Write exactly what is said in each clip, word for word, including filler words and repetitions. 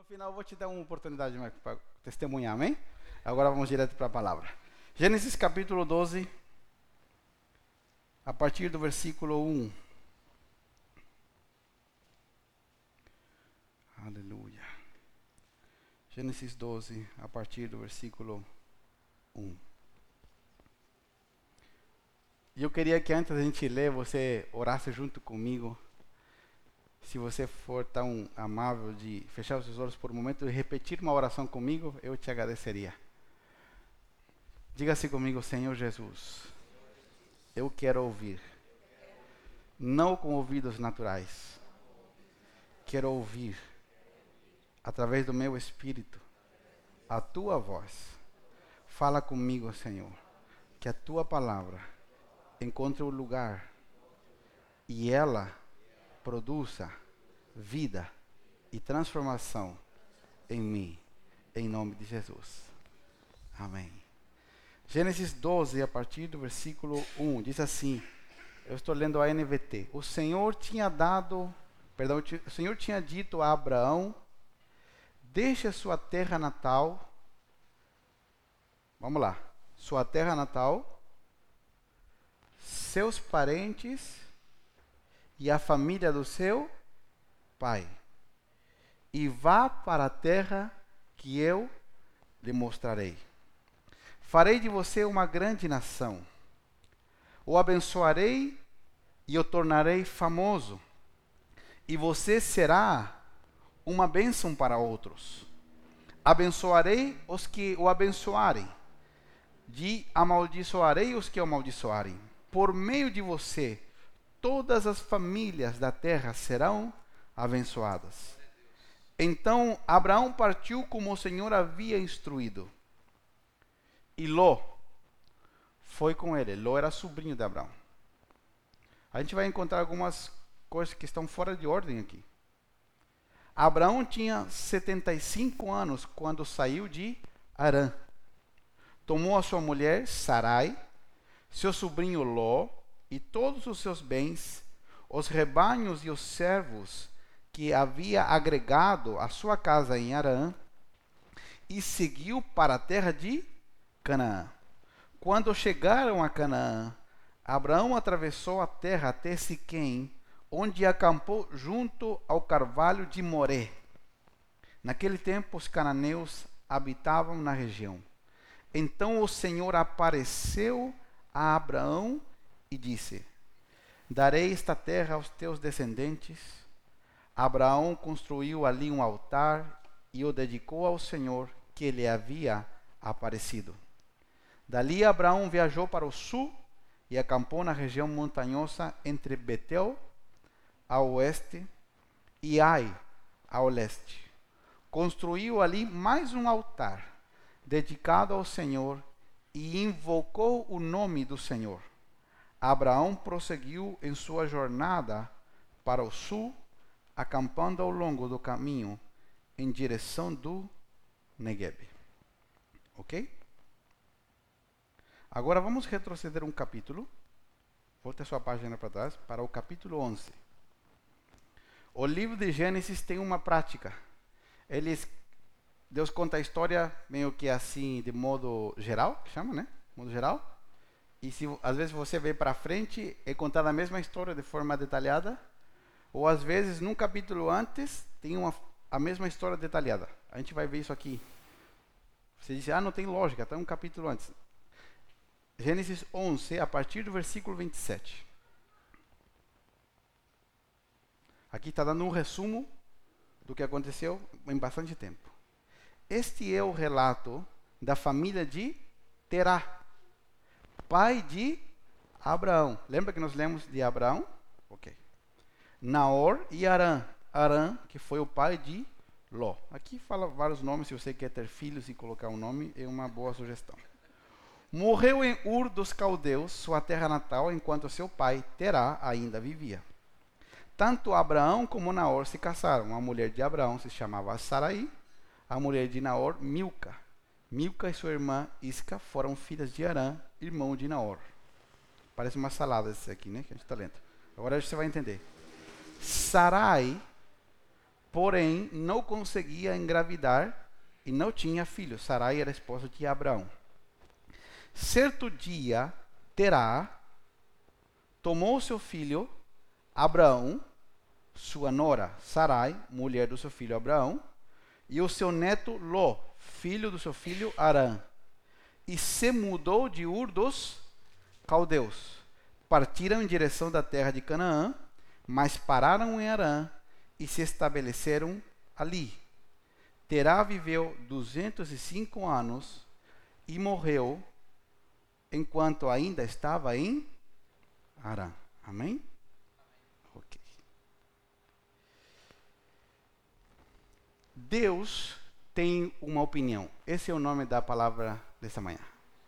final eu vou te dar uma oportunidade para testemunhar, amém? Agora vamos direto para a palavra. Gênesis capítulo doze, a partir do versículo um. Aleluia. Gênesis doze, a partir do versículo um. E eu queria que antes da gente ler, você orasse junto comigo. Se você for tão amável de fechar os seus olhos por um momento e repetir uma oração comigo, eu te agradeceria. Diga-se comigo: Senhor Jesus, eu quero ouvir, não com ouvidos naturais, quero ouvir, através do meu espírito, a tua voz. Fala comigo, Senhor, que a tua palavra encontre o lugar e ela produza vida e transformação em mim, em nome de Jesus. Amém. Gênesis doze, a partir do versículo um, diz assim, eu estou lendo a N V T. O Senhor tinha dado, perdão, o Senhor tinha dito a Abraão: deixe a sua terra natal, vamos lá, sua terra natal, seus parentes e a família do seu pai, e vá para a terra que eu lhe mostrarei. Farei de você uma grande nação, o abençoarei e o tornarei famoso, e você será uma bênção para outros. Abençoarei os que o abençoarem, de amaldiçoarei os que o amaldiçoarem. Por meio de você, todas as famílias da terra serão abençoadas. Então Abraão partiu como o Senhor havia instruído. E Ló foi com ele. Ló era sobrinho de Abraão. A gente vai encontrar algumas coisas que estão fora de ordem aqui. Abraão tinha setenta e cinco anos quando saiu de Harã. Tomou a sua mulher Sarai, seu sobrinho Ló e todos os seus bens, os rebanhos e os servos que havia agregado à sua casa em Harã, e seguiu para a terra de Canaã. Quando chegaram a Canaã, Abraão atravessou a terra até Siquém, onde acampou junto ao carvalho de Moré. Naquele tempo os cananeus habitavam na região. Então o Senhor apareceu a Abraão e disse: darei esta terra aos teus descendentes. Abraão construiu ali um altar e o dedicou ao Senhor que lhe havia aparecido. Dali Abraão viajou para o sul e acampou na região montanhosa entre Betel, ao oeste, e Ai, ao leste. Construiu ali mais um altar dedicado ao Senhor e invocou o nome do Senhor. Abraão prosseguiu em sua jornada para o sul, acampando ao longo do caminho em direção do Negueb. Ok? Agora vamos retroceder um capítulo. Volte a sua página para trás, para o capítulo onze. O livro de Gênesis tem uma prática. Eles, Deus conta a história meio que assim, de modo geral, que chama, né? Modo geral. E se às vezes você vem para frente e contar a mesma história de forma detalhada, ou às vezes num capítulo antes tem uma, a mesma história detalhada. A gente vai ver isso aqui. Você diz: ah, não tem lógica, está um capítulo antes. Gênesis onze, a partir do versículo vinte e sete. Aqui está dando um resumo do que aconteceu em bastante tempo. Este é o relato da família de Terá, pai de Abraão. Lembra que nós lemos de Abraão? Ok. Naor e Harã. Harã, que foi o pai de Ló. Aqui fala vários nomes, se você quer ter filhos e colocar um nome, é uma boa sugestão. Morreu em Ur dos Caldeus, sua terra natal, enquanto seu pai, Terá, ainda vivia. Tanto Abraão como Naor se casaram. A mulher de Abraão se chamava Sarai, a mulher de Naor, Milca. Milca e sua irmã Isca foram filhas de Harã, irmão de Naor. Parece uma salada isso aqui, né? Que a gente está lendo. Agora você vai entender. Sarai porém não conseguia engravidar e não tinha filhos. Sarai era esposa de Abraão. Certo dia, Terá tomou seu filho Abraão, sua nora Sarai, mulher do seu filho Abraão, e o seu neto Ló, filho do seu filho Arã, e se mudou de Ur dos Caldeus. Partiram em direção da terra de Canaã, mas pararam em Arã e se estabeleceram ali. Terá viveu duzentos e cinco anos e morreu enquanto ainda estava em Arã. Amém? Ok. Deus tem uma opinião. Esse é o nome da palavra dessa manhã.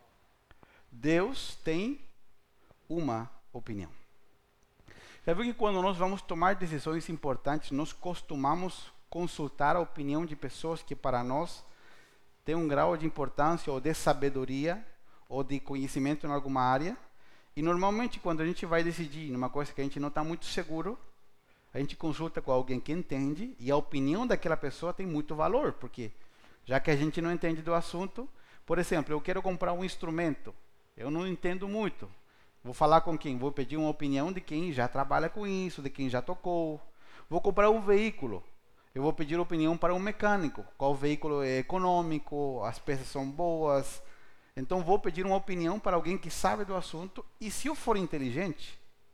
Deus tem uma opinião. Sabe que quando nós vamos tomar decisões importantes, nós costumamos consultar a opinião de pessoas que para nós têm um grau de importância ou de sabedoria ou de conhecimento em alguma área. E normalmente quando a gente vai decidir numa coisa que a gente não está muito seguro, a gente consulta com alguém que entende e a opinião daquela pessoa tem muito valor, porque já que a gente não entende do assunto, por exemplo, eu quero comprar um instrumento, eu não entendo muito. Vou falar com quem? Vou pedir uma opinião de quem já trabalha com isso, de quem já tocou. Vou comprar um veículo. Eu vou pedir opinião para um mecânico. Qual veículo é econômico, as peças são boas. Então vou pedir uma opinião para alguém que sabe do assunto. E se eu for inteligente,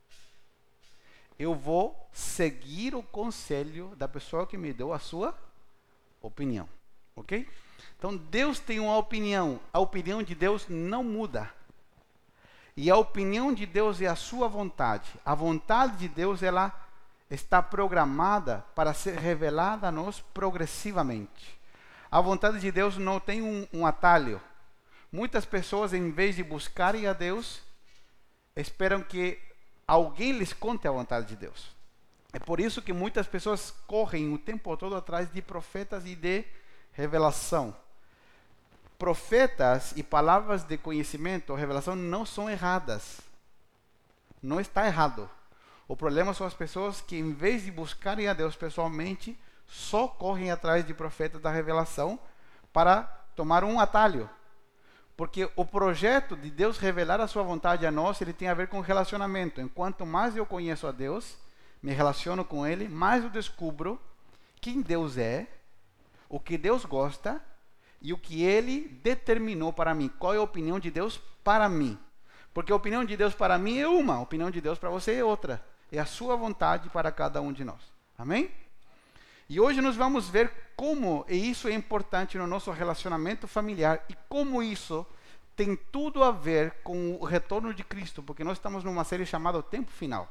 eu vou seguir o conselho da pessoa que me deu a sua opinião. Ok? Então Deus tem uma opinião. A opinião de Deus não muda. E a opinião de Deus é a sua vontade. A vontade de Deus, ela está programada para ser revelada a nós progressivamente. A vontade de Deus não tem um, um atalho. Muitas pessoas, em vez de buscarem a Deus, esperam que alguém lhes conte a vontade de Deus. É por isso que muitas pessoas correm o tempo todo atrás de profetas e de revelação. Profetas e palavras de conhecimento ou revelação não são erradas. Não está errado. O problema são as pessoas que, em vez de buscarem a Deus pessoalmente, só correm atrás de profetas da revelação para tomar um atalho. Porque o projeto de Deus revelar a sua vontade a nós, ele tem a ver com relacionamento. Enquanto mais eu conheço a Deus, me relaciono com Ele, mais eu descubro quem Deus é, o que Deus gosta e o que Ele determinou para mim. Qual é a opinião de Deus para mim? Porque a opinião de Deus para mim é uma, a opinião de Deus para você é outra. É a sua vontade para cada um de nós. Amém? E hoje nós vamos ver como isso é importante no nosso relacionamento familiar e como isso tem tudo a ver com o retorno de Cristo, porque nós estamos numa série chamada O Tempo Final.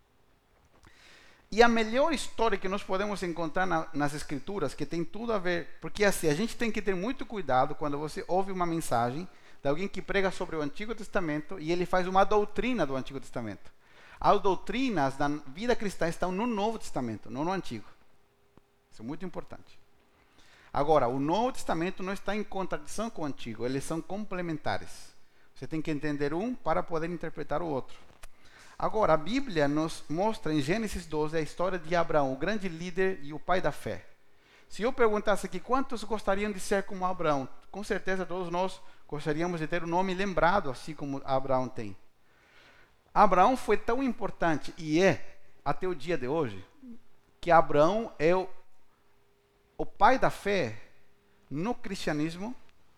E a melhor história que nós podemos encontrar na, nas Escrituras, que tem tudo a ver, porque assim, a gente tem que ter muito cuidado quando você ouve uma mensagem de alguém que prega sobre o Antigo Testamento e ele faz uma doutrina do Antigo Testamento. As doutrinas da vida cristã estão no Novo Testamento, não no Antigo. Isso é muito importante. Agora, o Novo Testamento não está em contradição com o Antigo, eles são complementares. Você tem que entender um para poder interpretar o outro. Agora, a Bíblia nos mostra em Gênesis doze a história de Abraão, o grande líder e o pai da fé. Se eu perguntasse aqui quantos gostariam de ser como Abraão, com certeza todos nós gostaríamos de ter o nome lembrado, assim como Abraão tem. Abraão foi tão importante, e é, até o dia de hoje, que Abraão é o, o pai da fé no cristianismo,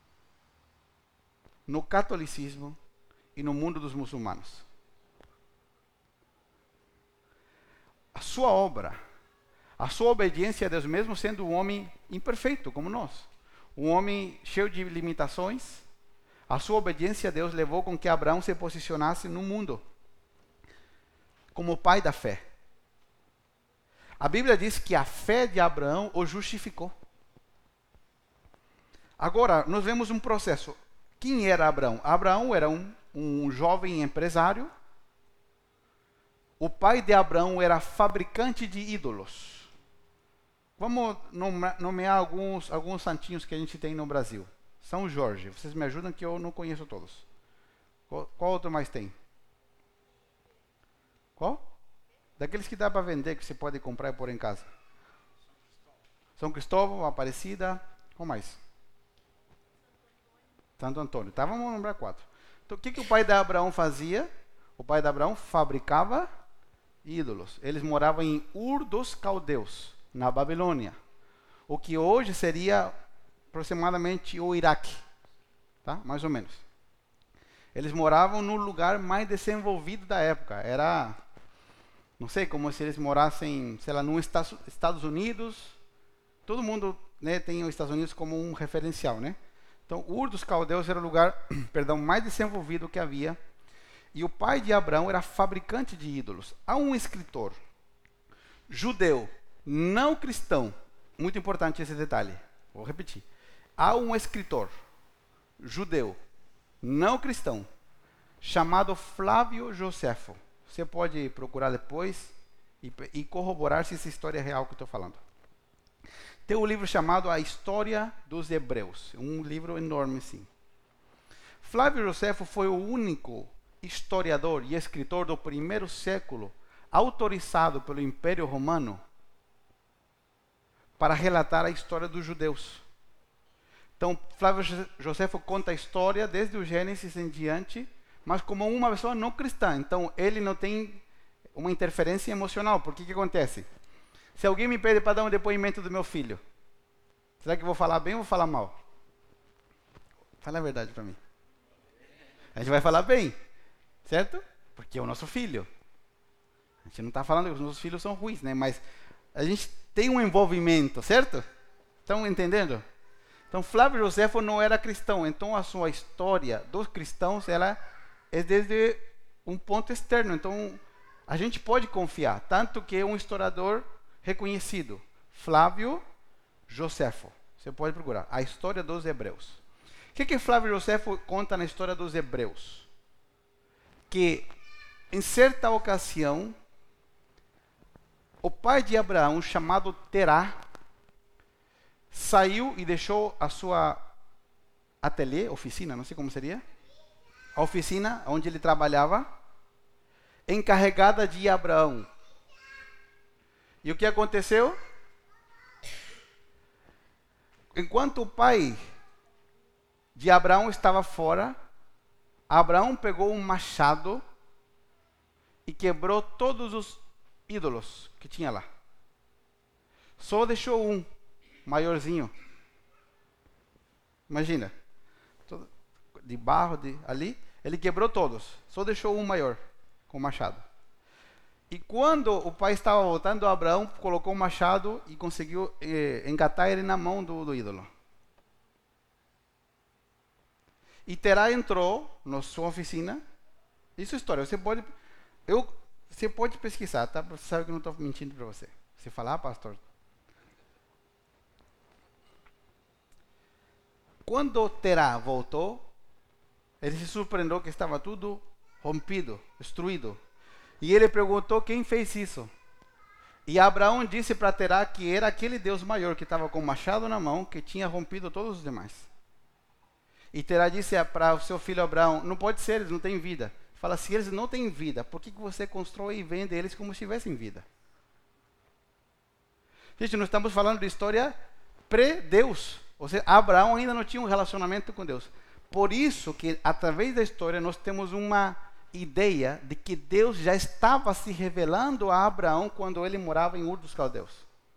no catolicismo e no mundo dos muçulmanos. A sua obra, a sua obediência a Deus, mesmo sendo um homem imperfeito como nós, um homem cheio de limitações, a sua obediência a Deus levou com que Abraão se posicionasse no mundo como pai da fé. A Bíblia diz que a fé de Abraão o justificou. Agora, nós vemos um processo. Quem era Abraão? Abraão era um, um jovem empresário. O pai de Abraão era fabricante de ídolos. Vamos nomear alguns, alguns santinhos que a gente tem no Brasil. São Jorge. Vocês me ajudam que eu não conheço todos. Qual, qual outro mais tem? Qual? Daqueles que dá para vender, que você pode comprar e pôr em casa. São Cristóvão, Aparecida, qual mais? Santo Antônio. Tá, vamos lembrar quatro. Então, o que, que o pai de Abraão fazia? O pai de Abraão fabricava ídolos. Eles moravam em Ur dos Caldeus, na Babilônia. O que hoje seria aproximadamente o Iraque. Tá? Mais ou menos. Eles moravam no lugar mais desenvolvido da época. Era, não sei, como se eles morassem, sei lá, nos Estados Unidos. Todo mundo, né, tem os Estados Unidos como um referencial, né? Então, Ur dos Caldeus era o lugar, perdão, mais desenvolvido que havia. E o pai de Abraão era fabricante de ídolos. Há um escritor judeu, não cristão, muito importante esse detalhe, vou repetir. Há um escritor judeu, não cristão, chamado Flávio Josefo. Você pode procurar depois e, e corroborar se essa história é real que eu estou falando. Tem um livro chamado A História dos Hebreus, um livro enorme, sim. Flávio Josefo foi o único historiador e escritor do primeiro século autorizado pelo Império Romano para relatar a história dos judeus. Então, Flávio Josefo conta a história desde o Gênesis em diante, mas como uma pessoa não cristã. Então, ele não tem uma interferência emocional. Porque o que acontece? Se alguém me pede para dar um depoimento do meu filho, será que eu vou falar bem ou vou falar mal? Fala a verdade para mim. A gente vai falar bem, certo? Porque é o nosso filho. A gente não está falando que os nossos filhos são ruins, né? Mas a gente tem um envolvimento, certo? Estão entendendo? Então, Flávio Josefo não era cristão. Então, a sua história dos cristãos, ela é desde um ponto externo. Então, a gente pode confiar. Tanto que é um historiador reconhecido. Flávio Josefo. Você pode procurar. A História dos Hebreus. O que, que Flávio Josefo conta na História dos Hebreus? Que, em certa ocasião, o pai de Abraão, chamado Terá, saiu e deixou a sua ateliê, oficina, não sei como seria, a oficina onde ele trabalhava, encarregada de Abraão. E o que aconteceu? Enquanto o pai de Abraão estava fora, Abraão pegou um machado e quebrou todos os ídolos que tinha lá. Só deixou um, maiorzinho. Imagina, todo, de barro de, ali, ele quebrou todos. Só deixou um maior, com o machado. E quando o pai estava voltando, Abraão colocou o machado e conseguiu eh, engatar ele na mão do, do ídolo. E Terá entrou na sua oficina. Isso é história. Você pode, eu, você pode pesquisar, tá? Você sabe que eu não estou mentindo para você. Você fala, ah, pastor. Quando Terá voltou, ele se surpreendeu que estava tudo rompido, destruído. E ele perguntou quem fez isso. E Abraão disse para Terá que era aquele Deus maior que estava com o machado na mão, que tinha rompido todos os demais. E Terá disse para o seu filho Abraão, não pode ser, eles não têm vida. Fala, se eles não têm vida, por que você constrói e vende eles como se tivessem vida? Gente, nós estamos falando de história pré-Deus. Ou seja, Abraão ainda não tinha um relacionamento com Deus. Por isso que, através da história, nós temos uma ideia de que Deus já estava se revelando a Abraão quando ele morava em Ur dos Caldeus.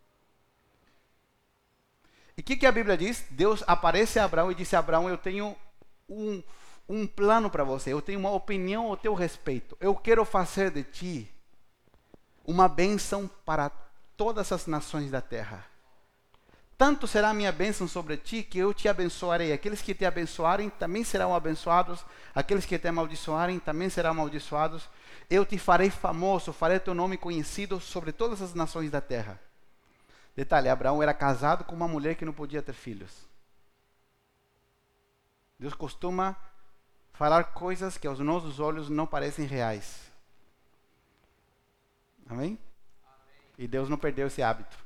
E o que, que a Bíblia diz? Deus aparece a Abraão e disse a Abraão, eu tenho um, um plano para você, eu tenho uma opinião ao teu respeito. Eu quero fazer de ti uma bênção para todas as nações da terra. Tanto será a minha bênção sobre ti, que eu te abençoarei. Aqueles que te abençoarem também serão abençoados. Aqueles que te amaldiçoarem também serão amaldiçoados. Eu te farei famoso, farei teu nome conhecido sobre todas as nações da terra. Detalhe, Abraão era casado com uma mulher que não podia ter filhos. Deus costuma falar coisas que aos nossos olhos não parecem reais. Amém? Amém. E Deus não perdeu esse hábito.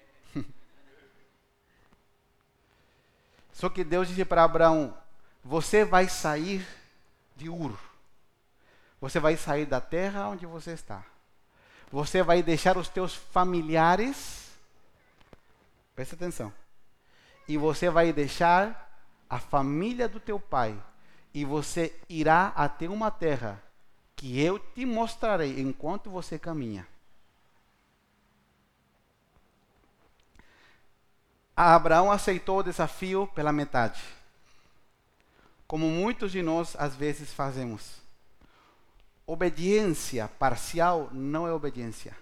Só que Deus disse para Abraão, você vai sair de Ur. Você vai sair da terra onde você está. Você vai deixar os teus familiares Presta atenção. E você vai deixar a família do teu pai, e você irá até uma terra que eu te mostrarei enquanto você caminha. Abraão aceitou o desafio pela metade, como muitos de nós às vezes fazemos. Obediência parcial não é obediência.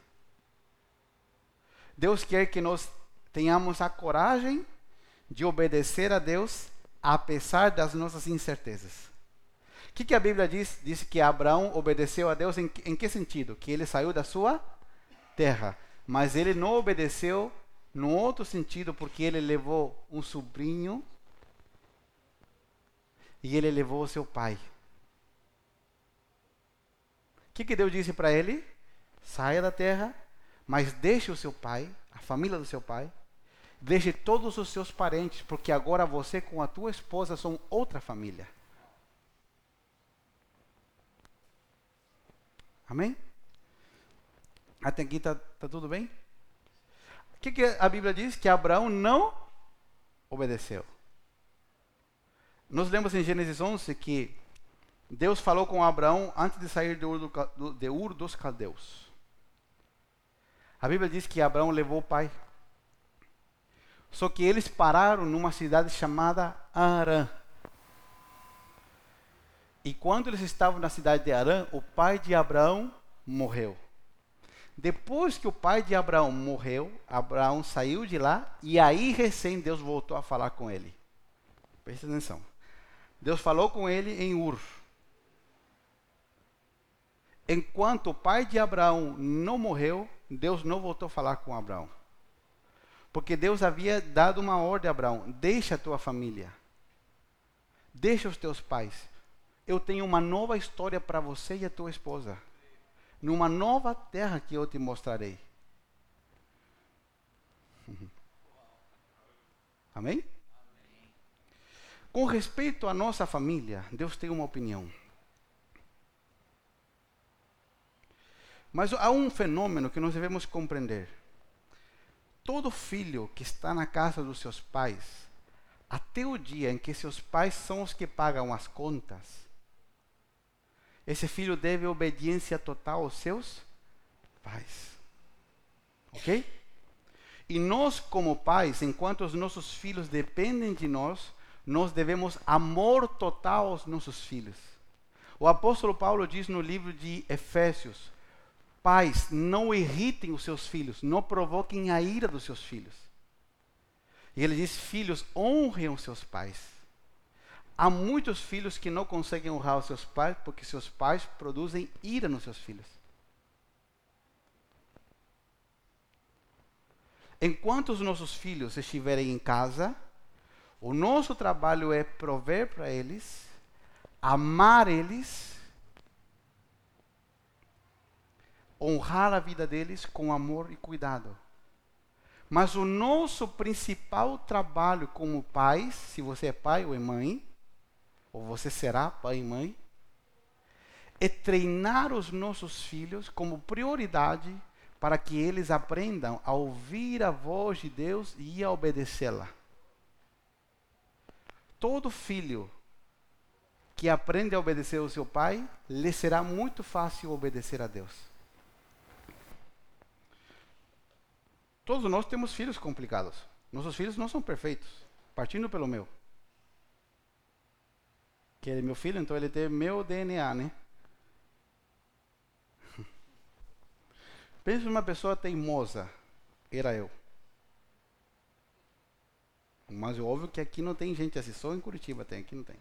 Deus quer que nós tenhamos a coragem de obedecer a Deus apesar das nossas incertezas. O que, que a Bíblia diz? Diz que Abraão obedeceu a Deus em, em que sentido? Que ele saiu da sua terra. Mas ele não obedeceu no outro sentido, porque ele levou um sobrinho e ele levou o seu pai. O que, que Deus disse para ele? Saia da terra, mas deixe o seu pai, a família do seu pai, deixe todos os seus parentes, porque agora você com a tua esposa são outra família. Amém? Até aqui está tá tudo bem? O que, que a Bíblia diz? Que Abraão não obedeceu. Nós lemos em Gênesis onze que Deus falou com Abraão antes de sair de Ur, do, de Ur dos Caldeus. A Bíblia diz que Abraão levou o pai. Só que eles pararam numa cidade chamada Arã. E quando eles estavam na cidade de Arã, o pai de Abraão morreu. Depois que o pai de Abraão morreu, Abraão saiu de lá e aí recém Deus voltou a falar com ele. Presta atenção. Deus falou com ele em Ur. Enquanto o pai de Abraão não morreu, Deus não voltou a falar com Abraão. Porque Deus havia dado uma ordem a Abraão: deixa a tua família, deixa os teus pais. Eu tenho uma nova história para você e a tua esposa, numa nova terra que eu te mostrarei. Amém? Com respeito à nossa família, Deus tem uma opinião. Mas há um fenômeno que nós devemos compreender. Todo filho que está na casa dos seus pais, até o dia em que seus pais são os que pagam as contas, esse filho deve obediência total aos seus pais. Ok? E nós, como pais, enquanto os nossos filhos dependem de nós, nós devemos amor total aos nossos filhos. O apóstolo Paulo diz no livro de Efésios: pais, não irritem os seus filhos, não provoquem a ira dos seus filhos. E ele diz: filhos, honrem os seus pais. Há muitos filhos que não conseguem honrar os seus pais porque seus pais produzem ira nos seus filhos. Enquanto os nossos filhos estiverem em casa, o nosso trabalho é prover para eles, amar eles, honrar a vida deles com amor e cuidado. Mas o nosso principal trabalho como pais, se você é pai ou é mãe, ou você será pai e mãe, é treinar os nossos filhos como prioridade para que eles aprendam a ouvir a voz de Deus e a obedecê-la. Todo filho que aprende a obedecer ao seu pai, lhe será muito fácil obedecer a Deus. Todos nós temos filhos complicados. Nossos filhos não são perfeitos, partindo pelo meu. Que ele é meu filho, então ele tem meu D N A, né? Pensa numa pessoa teimosa, era eu. Mas é óbvio que aqui não tem gente assim, só em Curitiba tem, aqui não tem.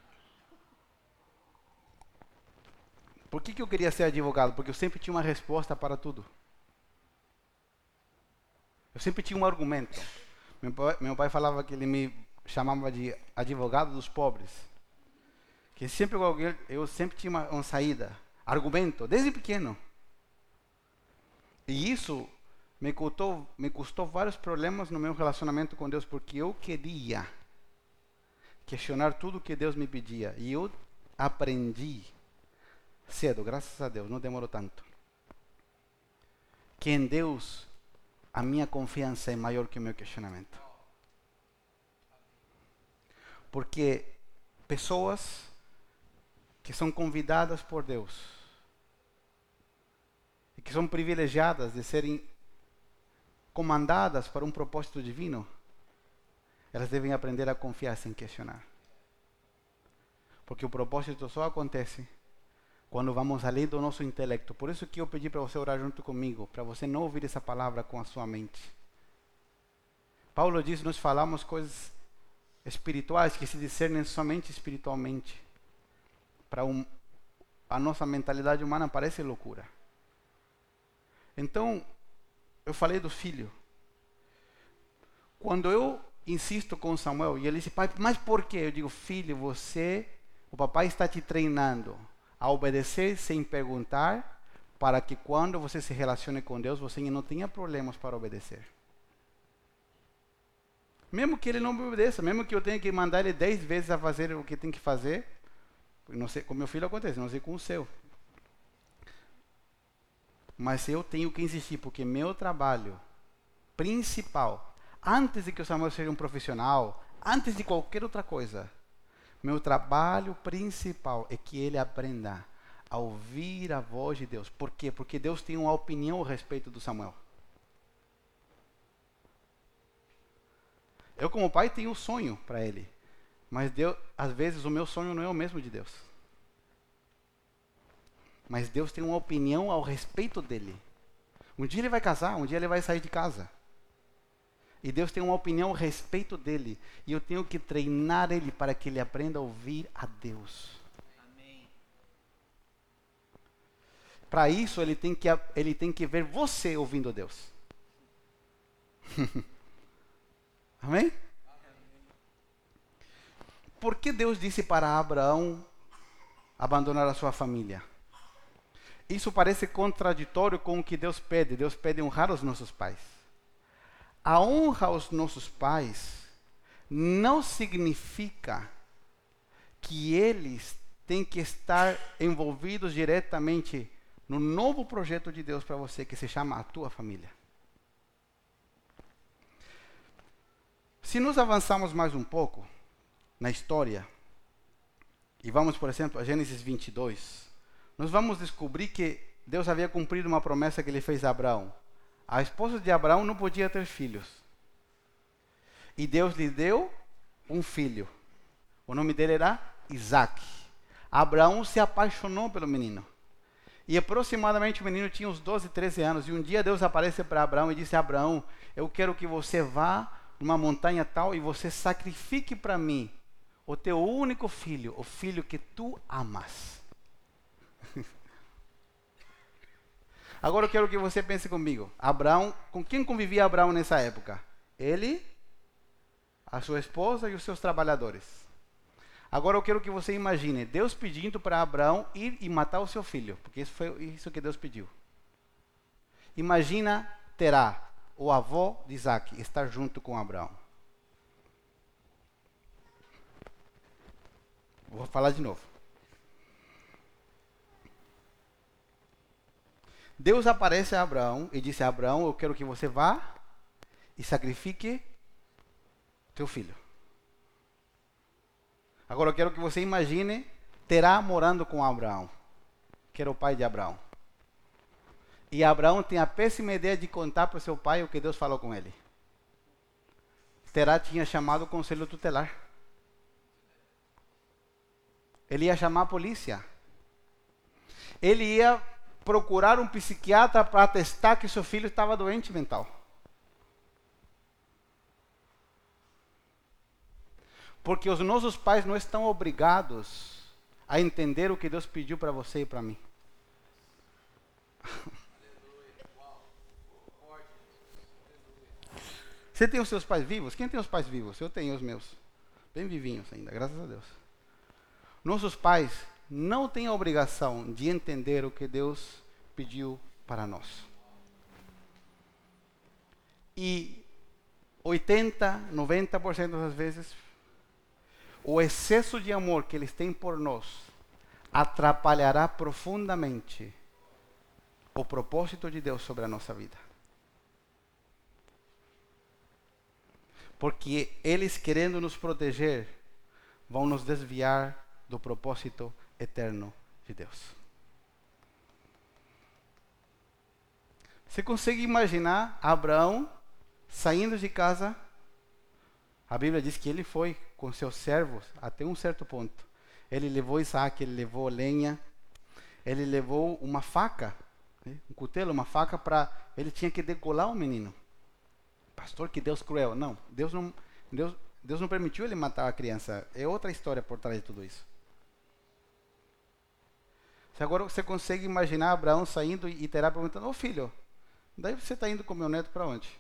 Por que, que eu queria ser advogado? Porque eu sempre tinha uma resposta para tudo. Eu sempre tinha um argumento. Meu pai, meu pai falava que ele me chamava de advogado dos pobres. Que sempre eu sempre tinha uma, uma saída, argumento, desde pequeno. E isso me custou, me custou vários problemas no meu relacionamento com Deus, porque eu queria questionar tudo que Deus me pedia. E eu aprendi cedo, graças a Deus, não demorou tanto, que em Deus a minha confiança é maior que o meu questionamento. Porque pessoas que são convidadas por Deus e que são privilegiadas de serem comandadas para um propósito divino, elas devem aprender a confiar sem questionar. Porque o propósito só acontece quando vamos além do nosso intelecto. Por isso que eu pedi para você orar junto comigo, para você não ouvir essa palavra com a sua mente. Paulo diz, nós falamos coisas espirituais que se discernem somente espiritualmente. Para um, a nossa mentalidade humana parece loucura. Então, eu falei do filho. Quando eu insisto com Samuel, e ele disse, pai, mas por quê? Eu digo, filho, você, o papai está te treinando a obedecer sem perguntar, para que quando você se relacione com Deus, você não tenha problemas para obedecer. Mesmo que ele não me obedeça, mesmo que eu tenha que mandar ele dez vezes a fazer o que tem que fazer, não sei, com meu filho acontece, não sei com o seu. Mas eu tenho que insistir, porque meu trabalho principal, antes de que o Samuel seja um profissional, antes de qualquer outra coisa, meu trabalho principal é que ele aprenda a ouvir a voz de Deus. Por quê? Porque Deus tem uma opinião a respeito do Samuel. Eu, como pai, tenho um sonho para ele. Mas Deus, às vezes o meu sonho não é o mesmo de Deus. Mas Deus tem uma opinião ao respeito dele. Um dia ele vai casar, um dia ele vai sair de casa. E Deus tem uma opinião a respeito dele. E eu tenho que treinar ele para que ele aprenda a ouvir a Deus. Amém. Para isso, ele tem, que, ele tem que ver você ouvindo a Deus. Amém? Por que Deus disse para Abraão abandonar a sua família? Isso parece contraditório com o que Deus pede. Deus pede honrar os nossos pais. A honra aos nossos pais não significa que eles têm que estar envolvidos diretamente no novo projeto de Deus para você, que se chama a tua família. Se nós avançarmos mais um pouco na história, e vamos, por exemplo, a Gênesis vinte e dois, nós vamos descobrir que Deus havia cumprido uma promessa que ele fez a Abraão. A esposa de Abraão não podia ter filhos. E Deus lhe deu um filho. O nome dele era Isaac. Abraão se apaixonou pelo menino. E aproximadamente o menino tinha uns doze, treze anos. E um dia Deus aparece para Abraão e disse, Abraão, eu quero que você vá numa montanha tal e você sacrifique para mim o teu único filho, o filho que tu amas. Agora eu quero que você pense comigo. Abraão, com quem convivia Abraão nessa época? Ele, a sua esposa e os seus trabalhadores. Agora eu quero que você imagine Deus pedindo para Abraão ir e matar o seu filho, porque isso foi isso que Deus pediu. Imagina Terá, o avô de Isaac, estar junto com Abraão. Vou falar de novo. Deus aparece a Abraão e disse a Abraão, eu quero que você vá e sacrifique teu filho. Agora eu quero que você imagine Terá morando com Abraão, que era o pai de Abraão. E Abraão tem a péssima ideia de contar para o seu pai o que Deus falou com ele. Terá tinha chamado o conselho tutelar. Ele ia chamar a polícia. Ele ia procurar um psiquiatra para atestar que seu filho estava doente mental. Porque os nossos pais não estão obrigados a entender o que Deus pediu para você e para mim. Você tem os seus pais vivos? Quem tem os pais vivos? Eu tenho os meus. Bem vivinhos ainda, graças a Deus. Nossos pais não têm a obrigação de entender o que Deus pediu para nós. E oitenta, noventa por cento das vezes, o excesso de amor que eles têm por nós atrapalhará profundamente o propósito de Deus sobre a nossa vida. Porque eles, querendo nos proteger, vão nos desviar do propósito eterno de Deus. Você consegue imaginar Abraão saindo de casa? A Bíblia diz que ele foi com seus servos até um certo ponto. Ele levou Isaac, ele levou lenha, ele levou uma faca, né? um cutelo, uma faca para... Ele tinha que degolar o menino. Pastor, que Deus cruel. Não, Deus não, Deus, Deus não permitiu ele matar a criança. É outra história por trás de tudo isso. Se agora você consegue imaginar Abraão saindo e Terá perguntando, ô filho, daí você está indo com meu neto para onde?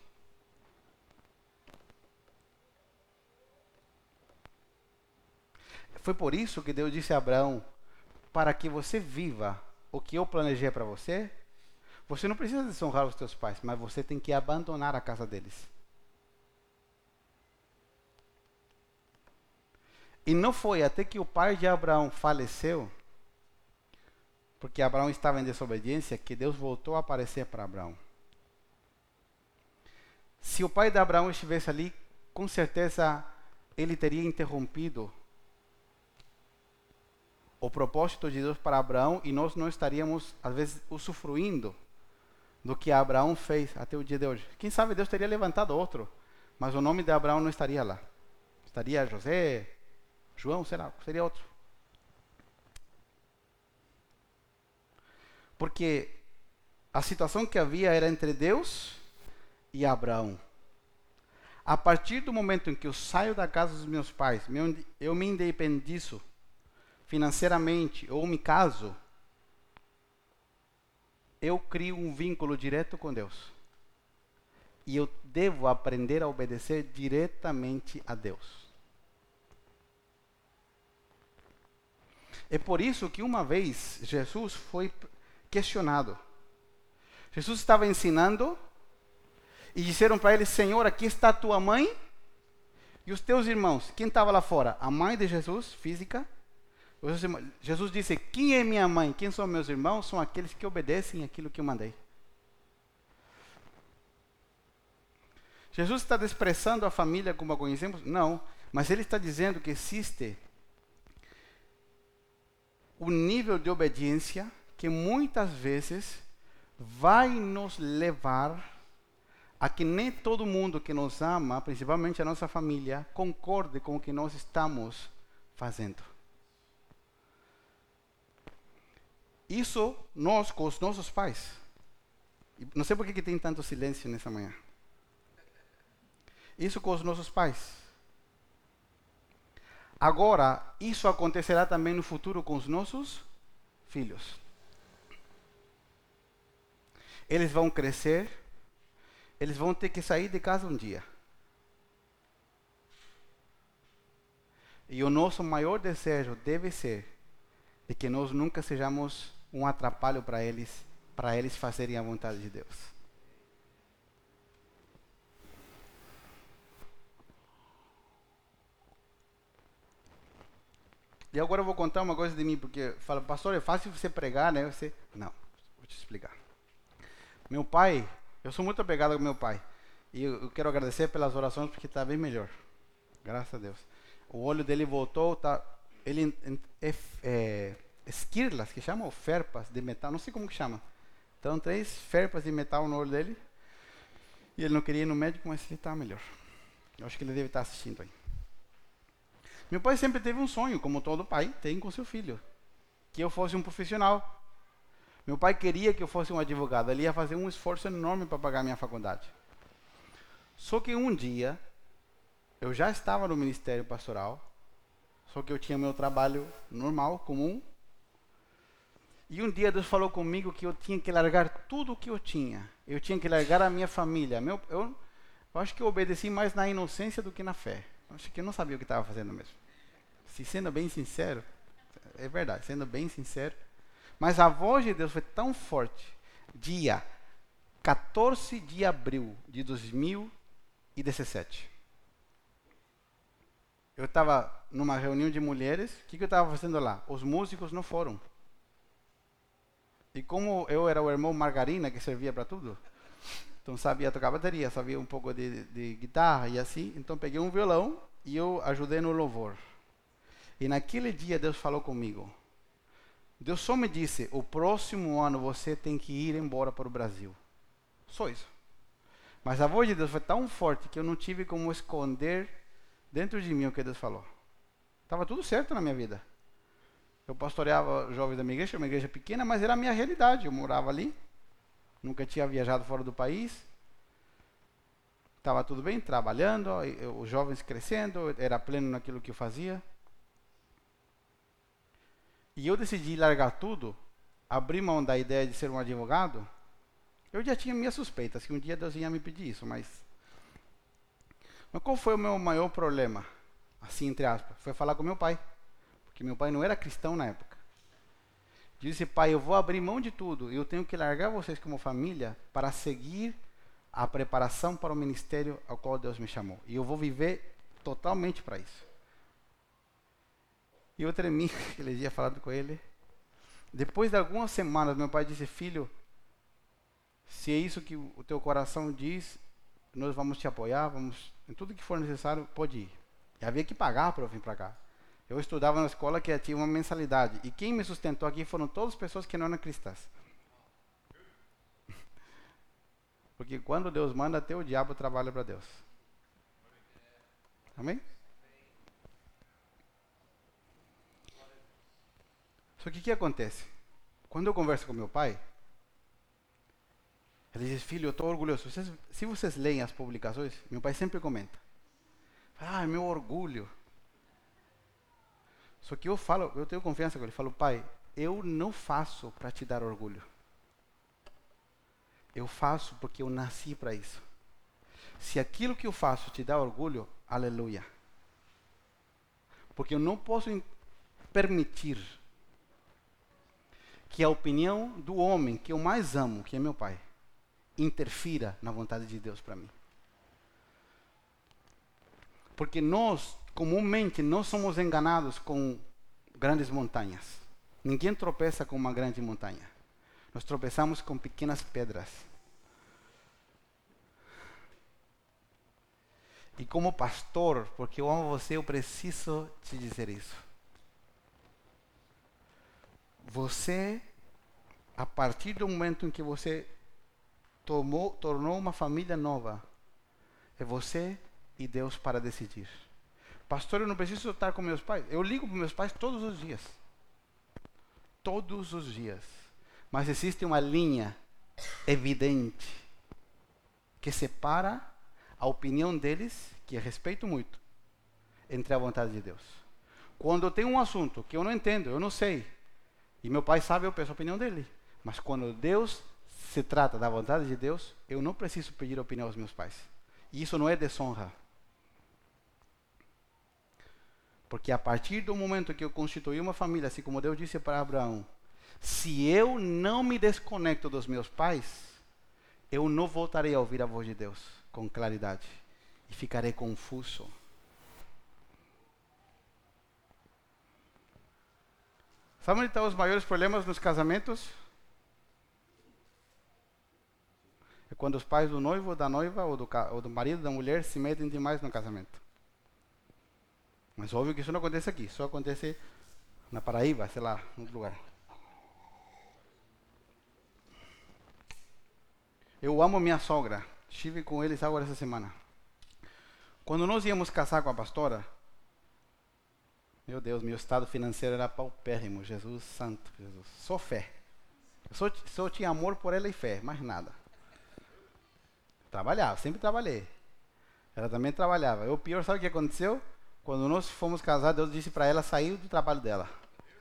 Foi por isso que Deus disse a Abraão, para que você viva o que eu planejei para você, você não precisa desonrar os teus pais, mas você tem que abandonar a casa deles. E não foi até que o pai de Abraão faleceu, porque Abraão estava em desobediência, que Deus voltou a aparecer para Abraão. Se o pai de Abraão estivesse ali, com certeza ele teria interrompido o propósito de Deus para Abraão e nós não estaríamos, às vezes, usufruindo do que Abraão fez até o dia de hoje. Quem sabe Deus teria levantado outro, mas o nome de Abraão não estaria lá. Estaria José, João, sei lá, seria outro. Porque a situação que havia era entre Deus e Abraão. A partir do momento em que eu saio da casa dos meus pais, eu me independizo financeiramente ou me caso, eu crio um vínculo direto com Deus. E eu devo aprender a obedecer diretamente a Deus. É por isso que uma vez Jesus foi questionado. Jesus estava ensinando e disseram para ele, Senhor, aqui está a tua mãe e os teus irmãos. Quem estava lá fora? A mãe de Jesus, física. Jesus disse, quem é minha mãe? Quem são meus irmãos? São aqueles que obedecem aquilo que eu mandei. Jesus está desprezando a família como a conhecemos? Não, mas ele está dizendo que existe um nível de obediência que muitas vezes vai nos levar a que nem todo mundo que nos ama, principalmente a nossa família, concorde com o que nós estamos fazendo. Isso nós com os nossos pais. Não sei por que tem tanto silêncio nessa manhã. Isso com os nossos pais. Agora, isso acontecerá também no futuro com os nossos filhos. Eles vão crescer, eles vão ter que sair de casa um dia. E o nosso maior desejo deve ser de que nós nunca sejamos um atrapalho para eles, para eles fazerem a vontade de Deus. E agora eu vou contar uma coisa de mim, porque fala, pastor, é fácil você pregar, né? Você... Não, vou te explicar. Meu pai, eu sou muito apegado com meu pai. E eu, eu quero agradecer pelas orações, porque está bem melhor. Graças a Deus. O olho dele voltou, tá, ele é, é esquirlas, que chamam, ferpas de metal, não sei como que chama. Então, três ferpas de metal no olho dele. E ele não queria ir no médico, mas ele está melhor. Eu acho que ele deve estar assistindo aí. Meu pai sempre teve um sonho, como todo pai tem com seu filho, que eu fosse um profissional. Meu pai queria que eu fosse um advogado, ele ia fazer um esforço enorme para pagar a minha faculdade. Só que um dia, eu já estava no ministério pastoral, só que eu tinha meu trabalho normal, comum, e um dia Deus falou comigo que eu tinha que largar tudo o que eu tinha. Eu tinha que largar a minha família. Meu, eu, eu acho que eu obedeci mais na inocência do que na fé. Acho que eu não sabia o que estava fazendo mesmo. Se sendo bem sincero, é verdade, sendo bem sincero. Mas a voz de Deus foi tão forte. Dia quatorze de abril de dois mil e dezessete. Eu estava numa reunião de mulheres. O que, que eu estava fazendo lá? Os músicos não foram. E como eu era o irmão Margarina, que servia para tudo, Então sabia tocar bateria, sabia um pouco de, de guitarra e assim. Então peguei um violão e eu ajudei no louvor. E naquele dia Deus falou comigo. Deus só me disse, o próximo ano você tem que ir embora para o Brasil. Só isso. Mas a voz de Deus foi tão forte que eu não tive como esconder dentro de mim o que Deus falou. Estava tudo certo na minha vida. Eu pastoreava jovens da minha igreja, uma igreja pequena, mas era a minha realidade. Eu morava ali, nunca tinha viajado fora do país. Estava tudo bem, trabalhando, os jovens crescendo, era pleno naquilo que eu fazia. E eu decidi largar tudo, abrir mão da ideia de ser um advogado. Eu já tinha minhas suspeitas que um dia Deus ia me pedir isso, mas... Mas qual foi o meu maior problema? Assim, entre aspas, foi falar com meu pai. Porque meu pai não era cristão na época. Eu disse, pai, eu vou abrir mão de tudo. Eu tenho que largar vocês como família para seguir a preparação para o ministério ao qual Deus me chamou. E eu vou viver totalmente para isso. E eu tremi aquele dia falando com ele. Depois de algumas semanas, meu pai disse, filho, se é isso que o teu coração diz, nós vamos te apoiar, vamos, em tudo que for necessário, pode ir. E havia que pagar para eu vir para cá. Eu estudava na escola que tinha uma mensalidade. E quem me sustentou aqui foram todas as pessoas que não eram cristãs. Porque quando Deus manda, até o diabo trabalha para Deus. Amém? Só que o que acontece? Quando eu converso com meu pai, ele diz, filho, eu estou orgulhoso. Vocês, se vocês leem as publicações, meu pai sempre comenta. Ah, meu orgulho. Só que eu falo, eu tenho confiança com ele. Eu falo, pai, eu não faço para te dar orgulho. Eu faço porque eu nasci para isso. Se aquilo que eu faço te dá orgulho, aleluia. Porque eu não posso permitir que a opinião do homem que eu mais amo, que é meu pai, interfira na vontade de Deus para mim. Porque nós, comumente, nós somos enganados com grandes montanhas. Ninguém tropeça com uma grande montanha. Nós tropeçamos com pequenas pedras. E como pastor, porque eu amo você, eu preciso te dizer isso. Você, a partir do momento em que você tomou, tornou uma família nova, é você e Deus para decidir. Pastor, eu não preciso estar com meus pais. Eu ligo para meus pais todos os dias. Todos os dias. Mas existe uma linha evidente que separa a opinião deles, que eu respeito muito, entre a vontade de Deus. Quando eu tenho um assunto que eu não entendo, eu não sei, e meu pai sabe, eu peço a opinião dele. Mas quando Deus se trata da vontade de Deus, eu não preciso pedir opinião aos meus pais. E isso não é desonra. Porque a partir do momento que eu constituí uma família, assim como Deus disse para Abraão, se eu não me desconecto dos meus pais, eu não voltarei a ouvir a voz de Deus com claridade. E ficarei confuso. Sabe onde estão os maiores problemas nos casamentos? É quando os pais do noivo, da noiva, ou do, ou do marido, da mulher, se metem demais no casamento. Mas óbvio que isso não acontece aqui. Só acontece na Paraíba, sei lá, em outro lugar. Eu amo minha sogra. Estive com eles agora essa semana. Quando nós íamos casar com a pastora, meu Deus, meu estado financeiro era paupérrimo. Jesus santo, Jesus. Só fé. Eu só, só tinha amor por ela e fé, mais nada. Trabalhava, sempre trabalhei. Ela também trabalhava. E o pior, sabe o que aconteceu? Quando nós fomos casar, Deus disse para ela sair do trabalho dela.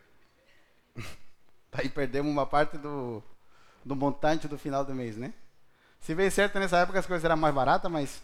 Daí perdemos uma parte do, do montante do final do mês, né? Se veio certo, nessa época as coisas eram mais baratas, mas...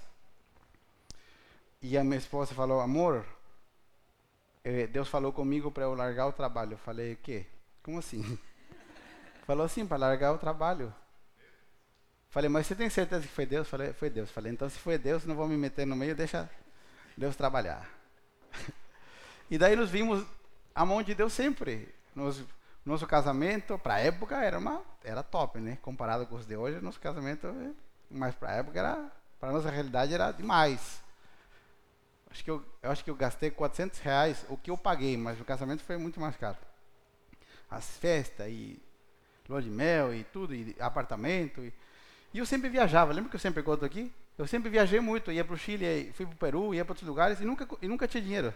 E a minha esposa falou, amor, eh, Deus falou comigo para eu largar o trabalho. Eu falei, o quê? Como assim? Falou assim, para largar o trabalho. Falei, mas você tem certeza que foi Deus? Falei, foi Deus. Falei, então se foi Deus, não vou me meter no meio, deixa Deus trabalhar. E daí nos vimos a mão de Deus sempre. Nos, nosso casamento, para a época, era, uma, era top, né? Comparado com os de hoje, nosso casamento é mas para a época era, para a nossa realidade era demais. Acho que eu, eu acho que eu gastei quatrocentos reais, o que eu paguei, mas o casamento foi muito mais caro. As festas e lua de mel e tudo, e apartamento. E, e eu sempre viajava, lembra que eu sempre conto aqui? Eu sempre viajei muito, ia para o Chile, fui para o Peru, ia para outros lugares e nunca, e nunca tinha dinheiro.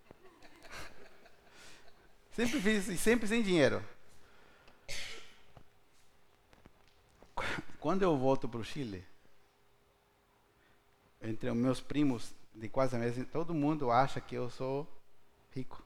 Sempre fiz, e sempre sem dinheiro. Quando eu volto para o Chile, entre os meus primos de quase a mesma, todo mundo acha que eu sou rico.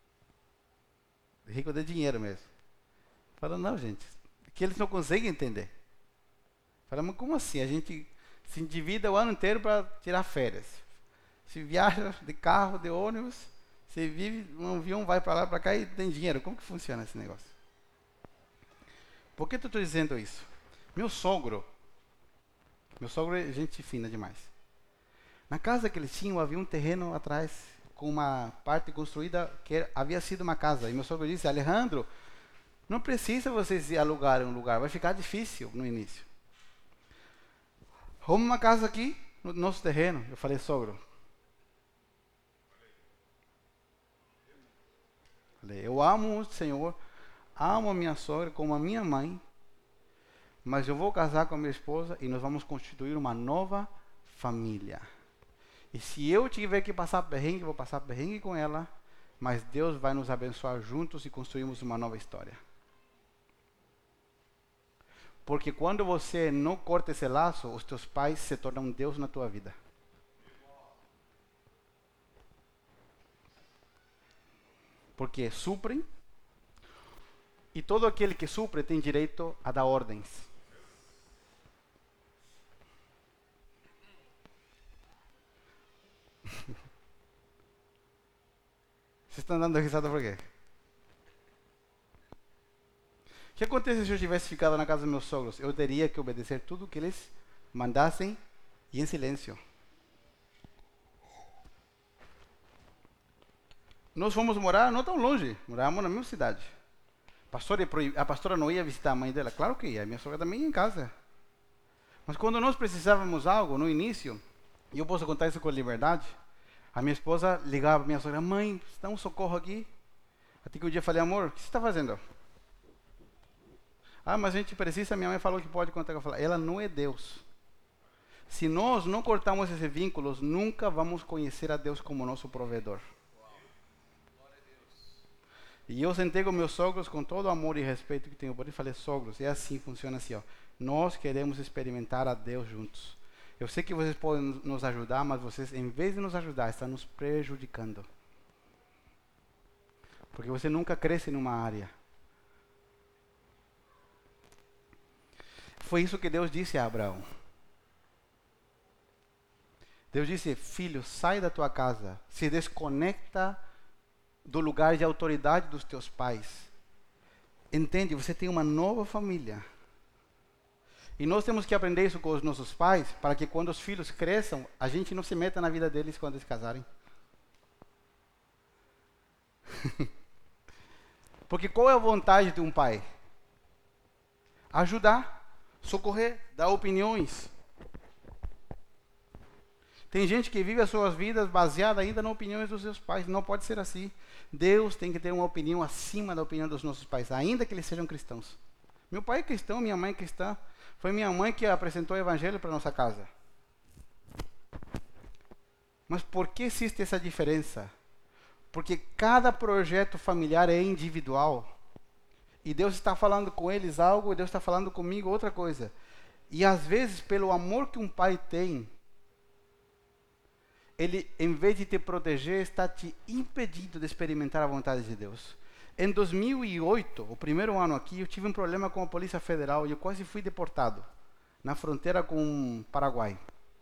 Rico de dinheiro mesmo. Fala, não, gente, que eles não conseguem entender. Fala, mas como assim? A gente se endivida o ano inteiro para tirar férias. Se viaja de carro, de ônibus, se vive um avião, vai para lá, para cá e tem dinheiro. Como que funciona esse negócio? Por que eu estou dizendo isso? Meu sogro, meu sogro é gente fina demais. Na casa que eles tinham, havia um terreno atrás, com uma parte construída que havia sido uma casa. E meu sogro disse, Alejandro, não precisa vocês alugarem um lugar, vai ficar difícil no início. Arruma uma casa aqui, no nosso terreno. Eu falei, sogro. Falei, eu amo o Senhor, amo a minha sogra como a minha mãe, mas eu vou casar com a minha esposa e nós vamos constituir uma nova família. E se eu tiver que passar perrengue, vou passar perrengue com ela, mas Deus vai nos abençoar juntos e construirmos uma nova história. Porque quando você não corta esse laço, os teus pais se tornam Deus na tua vida. Porque suprem, e todo aquele que supre tem direito a dar ordens. Vocês estão dando risada por quê? O que acontece se eu tivesse ficado na casa dos meus sogros? Eu teria que obedecer tudo o que eles mandassem e em silêncio. Nós fomos morar não tão longe, morávamos na mesma cidade. A pastora, a pastora não ia visitar a mãe dela? Claro que ia, a minha sogra também ia em casa. Mas quando nós precisávamos algo, no início, e eu posso contar isso com liberdade, a minha esposa ligava para minha sogra, mãe, dá um socorro aqui. Até que um dia eu falei, amor, o que você está fazendo? Ah, mas a gente precisa, minha mãe falou que pode contar. Eu falei, ela não é Deus. Se nós não cortarmos esses vínculos, nunca vamos conhecer a Deus como nosso provedor. E eu sentei com meus sogros com todo o amor e respeito que tenho por eles e falei, sogros, é assim, funciona assim, ó. Nós queremos experimentar a Deus juntos. Eu sei que vocês podem nos ajudar, mas vocês, em vez de nos ajudar, estão nos prejudicando. Porque você nunca cresce numa área. Foi isso que Deus disse a Abraão. Deus disse, filho, sai da tua casa, se desconecta do lugar de autoridade dos teus pais. Entende? Você tem uma nova família. E nós temos que aprender isso com os nossos pais, para que quando os filhos cresçam, a gente não se meta na vida deles quando eles casarem. Porque qual é a vontade de um pai? Ajudar, socorrer, dar opiniões. Tem gente que vive as suas vidas baseada ainda nas opiniões dos seus pais. Não pode ser assim. Deus tem que ter uma opinião acima da opinião dos nossos pais, ainda que eles sejam cristãos. Meu pai é cristão, minha mãe é cristã. Foi minha mãe que apresentou o evangelho para nossa casa. Mas por que existe essa diferença? Porque cada projeto familiar é individual. E Deus está falando com eles algo, e Deus está falando comigo outra coisa. E às vezes, pelo amor que um pai tem, ele, em vez de te proteger, está te impedindo de experimentar a vontade de Deus. Em dois mil e oito, o primeiro ano aqui, eu tive um problema com a Polícia Federal e eu quase fui deportado na fronteira com o Paraguai.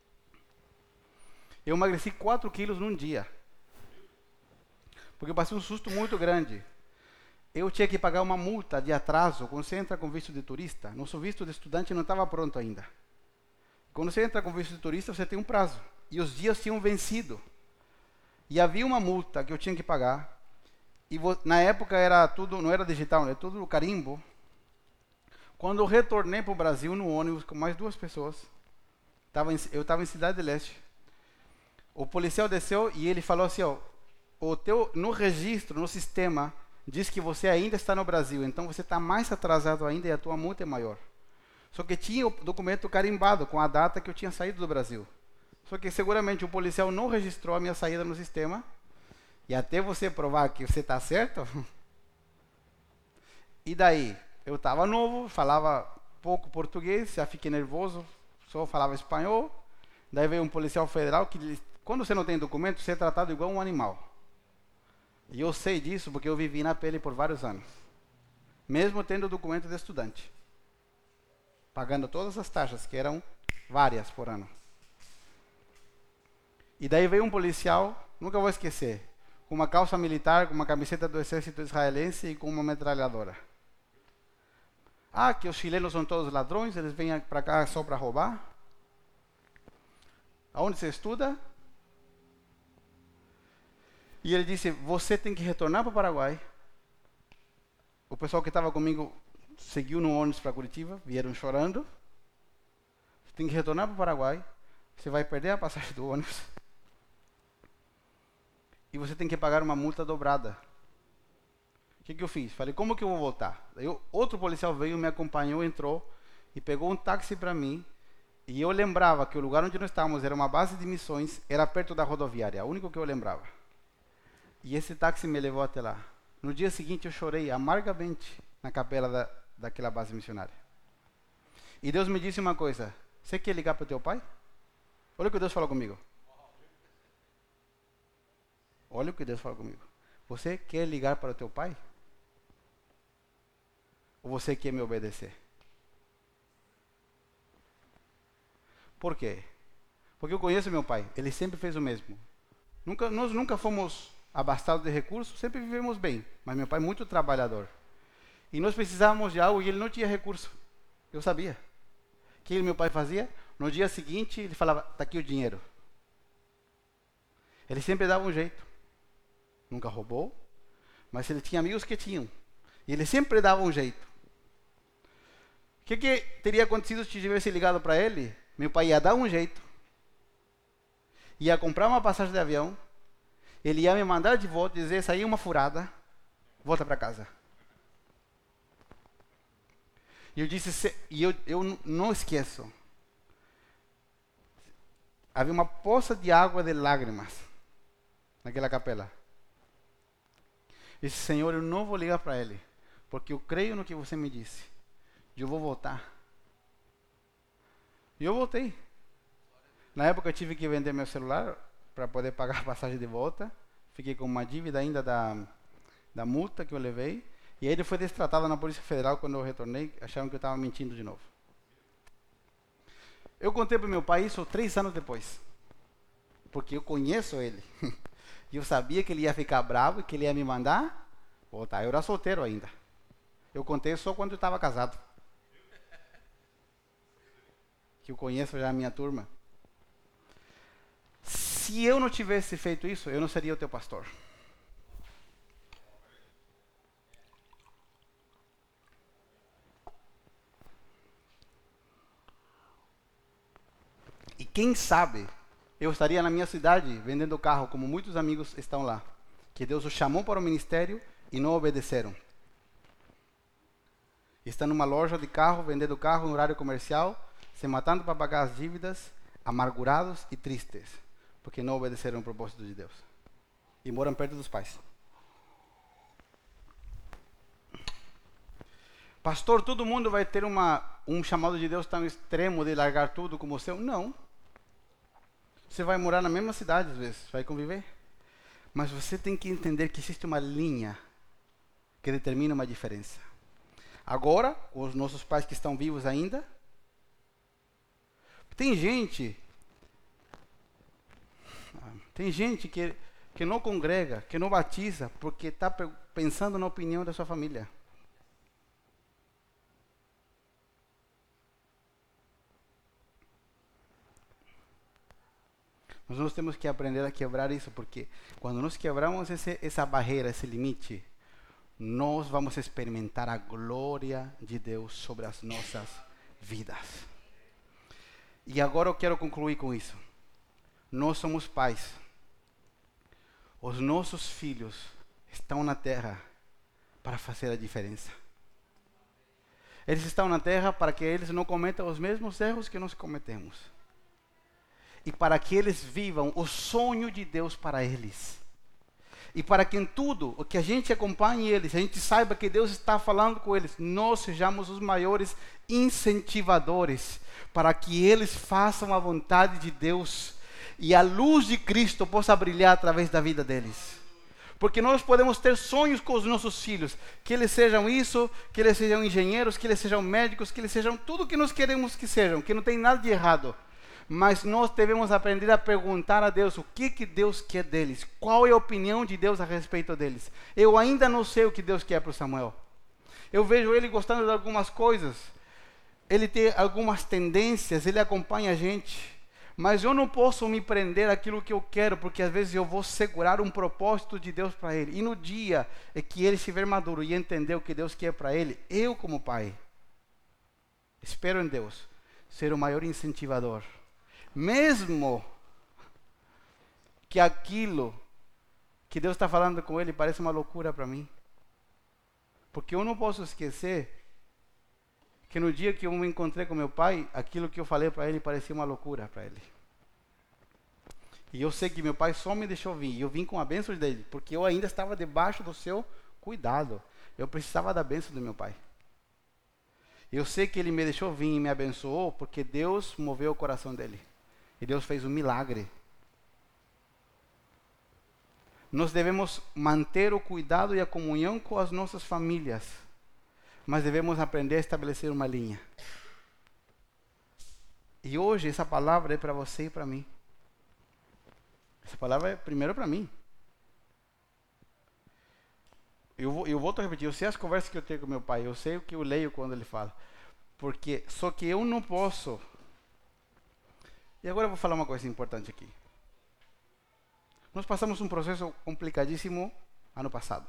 Eu emagreci quatro quilos num dia. Porque eu passei um susto muito grande. Eu tinha que pagar uma multa de atraso quando você entra com visto de turista. Nosso visto de estudante não estava pronto ainda. Quando você entra com visto de turista, você tem um prazo. E os dias tinham vencido. E havia uma multa que eu tinha que pagar. E na época era tudo, não era digital, era tudo no carimbo. Quando eu retornei para o Brasil no ônibus com mais duas pessoas, Tava em, eu estava em Cidade do Leste. O policial desceu e ele falou assim, ó, o teu, no registro, no sistema, diz que você ainda está no Brasil, então você está mais atrasado ainda e a tua multa é maior. Só que tinha o documento carimbado com a data que eu tinha saído do Brasil. Só que seguramente o policial não registrou a minha saída no sistema. E até você provar que você está certo. E daí, eu estava novo, falava pouco português, já fiquei nervoso, só falava espanhol. Daí veio um policial federal que, quando você não tem documento, você é tratado igual um animal. E eu sei disso porque eu vivi na pele por vários anos. Mesmo tendo documento de estudante. Pagando todas as taxas, que eram várias por ano. E daí veio um policial, nunca vou esquecer, com uma calça militar, com uma camiseta do exército israelense e com uma metralhadora. Ah, que os chilenos são todos ladrões, eles vêm para cá só para roubar. Aonde você estuda? E ele disse, você tem que retornar para o Paraguai. O pessoal que estava comigo seguiu no ônibus para Curitiba, vieram chorando. Você tem que retornar para o Paraguai. Você vai perder a passagem do ônibus. E você tem que pagar uma multa dobrada. O que, que eu fiz? Falei, como que eu vou voltar? Daí outro policial veio, me acompanhou, entrou e pegou um táxi para mim. E eu lembrava que o lugar onde nós estávamos era uma base de missões, era perto da rodoviária, o único que eu lembrava. E esse táxi me levou até lá. No dia seguinte eu chorei amargamente na capela da, daquela base missionária. E Deus me disse uma coisa, você quer ligar para o teu pai? Olha o que Deus falou comigo. Olha o que Deus falou comigo. Você quer ligar para o teu pai? Ou você quer me obedecer? Por quê? Porque eu conheço meu pai. Ele sempre fez o mesmo. Nunca, nós nunca fomos abastados de recursos, sempre vivemos bem. Mas meu pai é muito trabalhador. E nós precisávamos de algo e ele não tinha recurso. Eu sabia. O que meu pai fazia? No dia seguinte, ele falava, está aqui o dinheiro. Ele sempre dava um jeito. Nunca roubou, mas ele tinha amigos que tinham. E ele sempre dava um jeito. O que, que teria acontecido se tivesse ligado para ele? Meu pai ia dar um jeito. Ia comprar uma passagem de avião. Ele ia me mandar de volta e dizer, saiu uma furada. Volta para casa. E eu disse, se, e eu, eu não esqueço. Havia uma poça de água de lágrimas naquela capela. Eu disse, Senhor, eu não vou ligar para ele, porque eu creio no que você me disse. E eu vou voltar. E eu voltei. Na época eu tive que vender meu celular para poder pagar a passagem de volta. Fiquei com uma dívida ainda da, da multa que eu levei. E aí ele foi destratado na Polícia Federal quando eu retornei. Acharam que eu estava mentindo de novo. Eu contei para o meu pai isso três anos depois. Porque eu conheço ele. E eu sabia que ele ia ficar bravo e que ele ia me mandar voltar. Eu era solteiro ainda. Eu contei só quando eu estava casado. Que eu conheço já a minha turma. Se eu não tivesse feito isso, eu não seria o teu pastor. E quem sabe, eu estaria na minha cidade vendendo carro, como muitos amigos estão lá. Que Deus os chamou para o ministério e não obedeceram. Estão numa loja de carro, vendendo carro no horário comercial, se matando para pagar as dívidas, amargurados e tristes, porque não obedeceram o propósito de Deus. E moram perto dos pais. Pastor, todo mundo vai ter uma, um chamado de Deus tão extremo de largar tudo como o seu? Não. Você vai morar na mesma cidade às vezes, vai conviver. Mas você tem que entender que existe uma linha que determina uma diferença. Agora, os nossos pais que estão vivos ainda, tem gente, tem gente que, que não congrega, que não batiza, porque está pensando na opinião da sua família. Mas nós temos que aprender a quebrar isso, porque quando nós quebramos esse, essa barreira, esse limite, nós vamos experimentar a glória de Deus sobre as nossas vidas. E agora eu quero concluir com isso. Nós somos pais. Os nossos filhos estão na terra para fazer a diferença. Eles estão na terra para que eles não cometam os mesmos erros que nós cometemos. E para que eles vivam o sonho de Deus para eles. E para que em tudo o que a gente acompanhe eles, a gente saiba que Deus está falando com eles, nós sejamos os maiores incentivadores para que eles façam a vontade de Deus e a luz de Cristo possa brilhar através da vida deles. Porque nós podemos ter sonhos com os nossos filhos, que eles sejam isso, que eles sejam engenheiros, que eles sejam médicos, que eles sejam tudo o que nós queremos que sejam, que não tem nada de errado. Mas nós devemos aprender a perguntar a Deus o que, que Deus quer deles. Qual é a opinião de Deus a respeito deles. Eu ainda não sei o que Deus quer para o Samuel. Eu vejo ele gostando de algumas coisas. Ele tem algumas tendências, ele acompanha a gente. Mas eu não posso me prender àquilo que eu quero, porque às vezes eu vou segurar um propósito de Deus para ele. E no dia é que ele estiver maduro e entender o que Deus quer para ele, eu como pai, espero em Deus ser o maior incentivador. Mesmo que aquilo que Deus está falando com ele parece uma loucura para mim. Porque eu não posso esquecer que no dia que eu me encontrei com meu pai, aquilo que eu falei para ele parecia uma loucura para ele. E eu sei que meu pai só me deixou vir. E eu vim com a bênção dele, porque eu ainda estava debaixo do seu cuidado. Eu precisava da bênção do meu pai. Eu sei que ele me deixou vir e me abençoou, porque Deus moveu o coração dele. E Deus fez um milagre. Nós devemos manter o cuidado e a comunhão com as nossas famílias. Mas devemos aprender a estabelecer uma linha. E hoje essa palavra é para você e para mim. Essa palavra é primeiro para mim. Eu, vou, eu volto a repetir, eu sei as conversas que eu tenho com meu pai, eu sei o que eu leio quando ele fala. Porque, só que eu não posso... E agora eu vou falar uma coisa importante aqui. Nós passamos um processo complicadíssimo ano passado.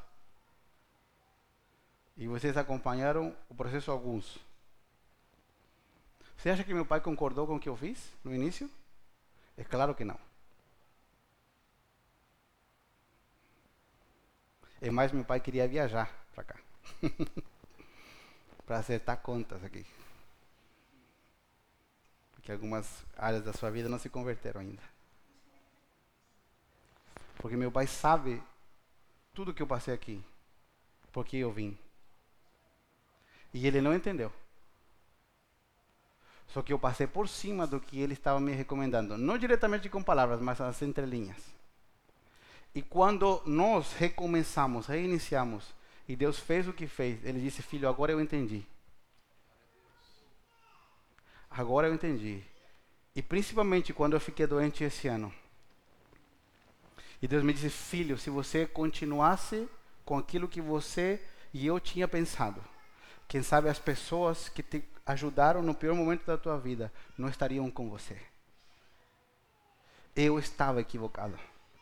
E vocês acompanharam o processo alguns. Você acha que meu pai concordou com o que eu fiz no início? É claro que não. É mais, meu pai queria viajar para cá. Para acertar contas aqui. Porque algumas áreas da sua vida não se converteram ainda. Porque meu pai sabe tudo que eu passei aqui. Porque eu vim. E ele não entendeu. Só que eu passei por cima do que ele estava me recomendando. Não diretamente com palavras, mas as entrelinhas. E quando nós recomeçamos, reiniciamos, e Deus fez o que fez, ele disse, filho, agora eu entendi. Agora eu entendi. E principalmente quando eu fiquei doente esse ano. E Deus me disse, filho, se você continuasse com aquilo que você e eu tinha pensado, quem sabe as pessoas que te ajudaram no pior momento da tua vida não estariam com você. Eu estava equivocado.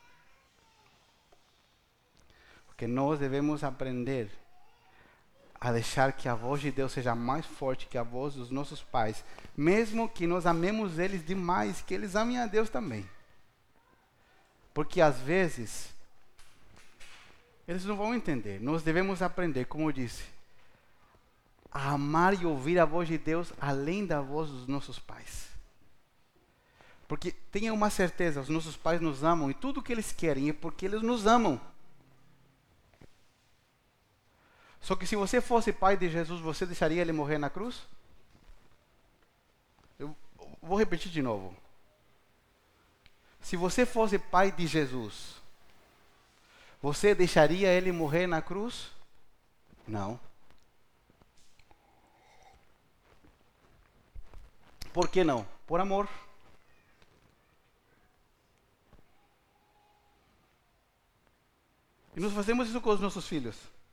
Porque nós devemos aprender a deixar que a voz de Deus seja mais forte que a voz dos nossos pais, mesmo que nós amemos eles demais, que eles amem a Deus também. Porque às vezes eles não vão entender. Nós devemos aprender, como eu disse, a amar e ouvir a voz de Deus além da voz dos nossos pais. Porque tenha uma certeza, os nossos pais nos amam e tudo o que eles querem é porque eles nos amam. Só que se você fosse pai de Jesus, você deixaria ele morrer na cruz? Eu vou repetir de novo. Se você fosse pai de Jesus, você deixaria ele morrer na cruz? Não. Por que não? Por amor. E nós fazemos isso com os nossos filhos.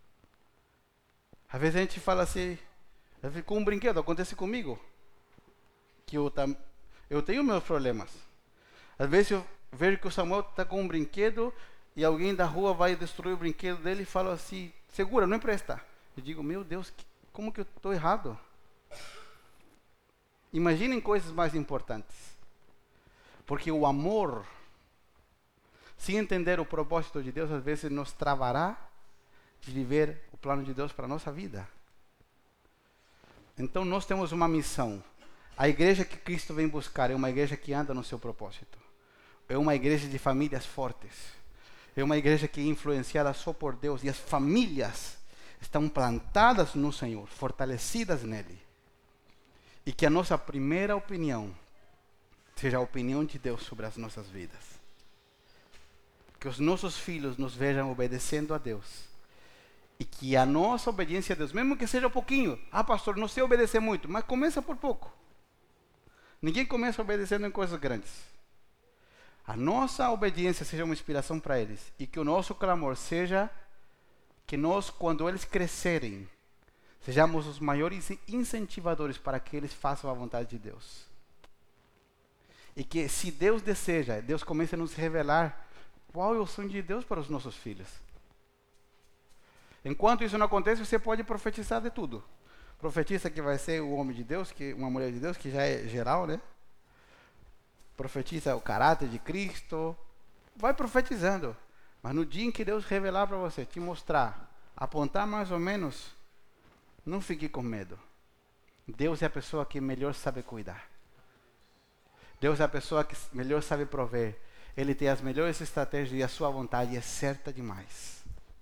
Às vezes a gente fala assim, com um brinquedo, acontece comigo, que eu, tam, eu tenho meus problemas. Às vezes eu vejo que o Samuel está com um brinquedo e alguém da rua vai destruir o brinquedo dele e fala assim, segura, não empresta. Eu digo, meu Deus, que, como que eu estou errado? Imaginem coisas mais importantes. Porque o amor, sem entender o propósito de Deus, às vezes nos travará de viver o plano de Deus para a nossa vida. Então nós temos uma missão. A igreja que Cristo vem buscar é uma igreja que anda no seu propósito. É uma igreja de famílias fortes. É uma igreja que é influenciada só por Deus. E as famílias estão plantadas no Senhor, fortalecidas nele. E que a nossa primeira opinião seja a opinião de Deus sobre as nossas vidas. Que os nossos filhos nos vejam obedecendo a Deus. E que a nossa obediência a Deus, mesmo que seja um pouquinho. Ah, pastor, não sei obedecer muito, mas começa por pouco. Ninguém começa obedecendo em coisas grandes. A nossa obediência seja uma inspiração para eles. E que o nosso clamor seja que nós, quando eles crescerem, sejamos os maiores incentivadores para que eles façam a vontade de Deus. E que, se Deus deseja, Deus comece a nos revelar qual é o sonho de Deus para os nossos filhos. Enquanto isso não acontece, você pode profetizar de tudo. Profetiza que vai ser o homem de Deus, que uma mulher de Deus, que já é geral, né? Profetiza o caráter de Cristo. Vai profetizando. Mas no dia em que Deus revelar para você, te mostrar, apontar mais ou menos, não fique com medo. Deus é a pessoa que melhor sabe cuidar. Deus é a pessoa que melhor sabe prover. Ele tem as melhores estratégias e a sua vontade é certa demais.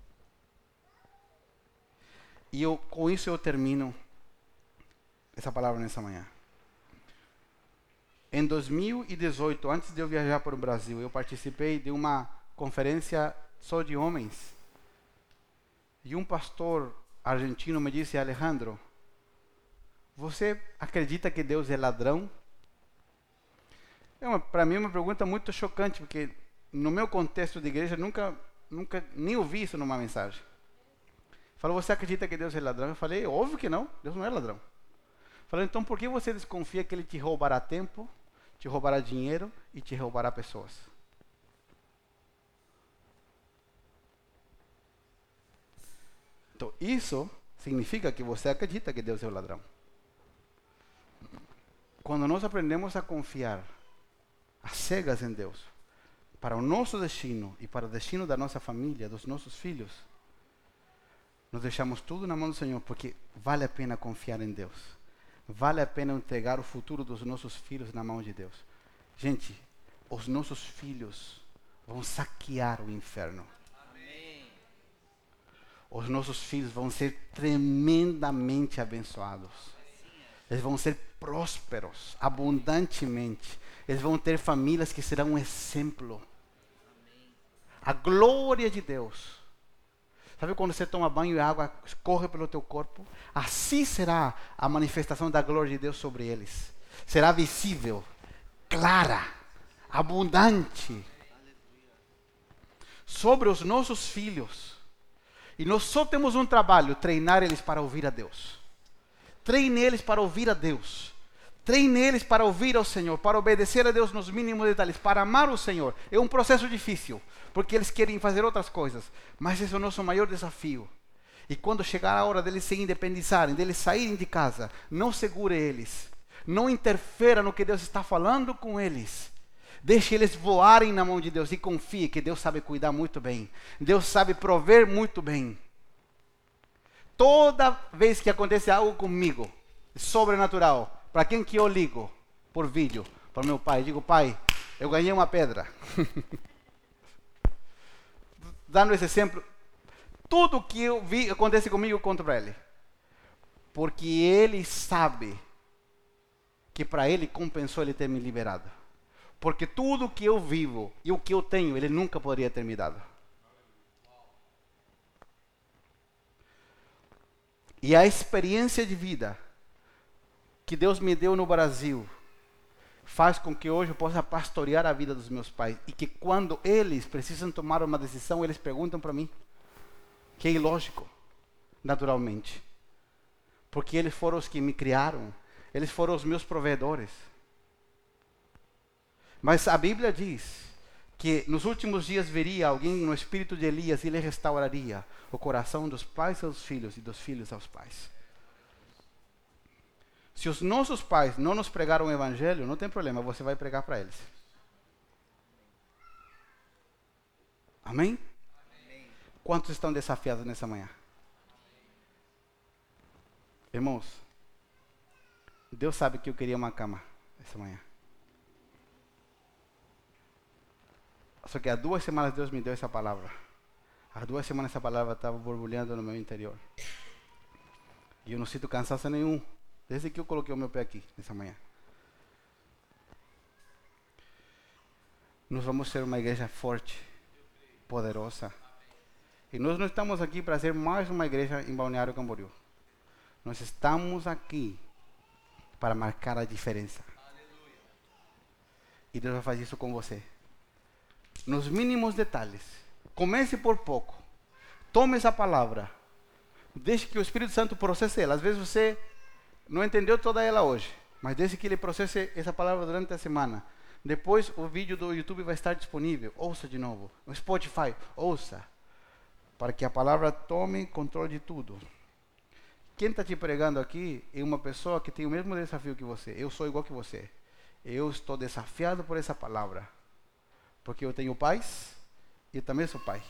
E eu, com isso eu termino essa palavra nessa manhã. Em dois mil e dezoito, antes de eu viajar para o Brasil, eu participei de uma conferência só de homens. E um pastor argentino me disse: Alejandro, você acredita que Deus é ladrão? É para mim é uma pergunta muito chocante, porque no meu contexto de igreja, nunca, nunca nem ouvi isso numa mensagem. Falou: você acredita que Deus é ladrão? Eu falei: óbvio que não, Deus não é ladrão. Falou: então por que você desconfia que Ele te roubará tempo, te roubará dinheiro e te roubará pessoas? Então isso significa que você acredita que Deus é o ladrão. Quando nós aprendemos a confiar às cegas em Deus, para o nosso destino e para o destino da nossa família, dos nossos filhos, nós deixamos tudo na mão do Senhor, porque vale a pena confiar em Deus. Vale a pena entregar o futuro dos nossos filhos na mão de Deus. Gente, os nossos filhos vão saquear o inferno. Amém. Os nossos filhos vão ser tremendamente abençoados. Eles vão ser prósperos, abundantemente. Eles vão ter famílias que serão um exemplo. A glória de Deus. Sabe quando você toma banho e a água escorre pelo teu corpo? Assim será a manifestação da glória de Deus sobre eles. Será visível, clara, abundante. Sobre os nossos filhos. E nós só temos um trabalho: treinar eles para ouvir a Deus. Treine eles para ouvir a Deus. Treine eles para ouvir ao Senhor, para obedecer a Deus nos mínimos detalhes, para amar o Senhor. É um processo difícil, porque eles querem fazer outras coisas, mas esse é o nosso maior desafio. E quando chegar a hora deles se independizarem, deles saírem de casa, não segure eles, não interfira no que Deus está falando com eles. Deixe eles voarem na mão de Deus e confie que Deus sabe cuidar muito bem. Deus sabe prover muito bem. Toda vez que acontece algo comigo, sobrenatural, para quem que eu ligo? Por vídeo, para meu pai. Digo: pai, eu ganhei uma pedra. Dando esse exemplo, tudo que eu vi acontece comigo, eu conto para ele. Porque ele sabe que para ele compensou ele ter me liberado. Porque tudo que eu vivo e o que eu tenho, ele nunca poderia ter me dado. E a experiência de vida que Deus me deu no Brasil faz com que hoje eu possa pastorear a vida dos meus pais. E que quando eles precisam tomar uma decisão, eles perguntam para mim. Que é ilógico, naturalmente. Porque eles foram os que me criaram. Eles foram os meus provedores. Mas a Bíblia diz que nos últimos dias viria alguém no espírito de Elias e ele restauraria o coração dos pais aos filhos e dos filhos aos pais. Se os nossos pais não nos pregaram o evangelho, não tem problema, você vai pregar para eles. Amém? Amém? Quantos estão desafiados nessa manhã? Irmãos, Deus sabe que eu queria uma cama essa manhã. Só que há duas semanas Deus me deu essa palavra. Há duas semanas essa palavra estava borbulhando no meu interior. E eu não sinto cansaço nenhum, desde que eu coloquei o meu pé aqui, nessa manhã. Nós vamos ser uma igreja forte, poderosa. E nós não estamos aqui para ser mais uma igreja em Balneário Camboriú. Nós estamos aqui para marcar a diferença. E Deus vai fazer isso com você. Nos mínimos detalhes. Comece por pouco. Tome essa palavra. Deixe que o Espírito Santo processe ela. Às vezes você não entendeu toda ela hoje, mas deixe que ele processe essa palavra durante a semana. Depois o vídeo do YouTube vai estar disponível. Ouça de novo. No Spotify, ouça. Para que a palavra tome controle de tudo. Quem está te pregando aqui é uma pessoa que tem o mesmo desafio que você. Eu sou igual que você. Eu estou desafiado por essa palavra. Porque eu tenho pais e também sou pai.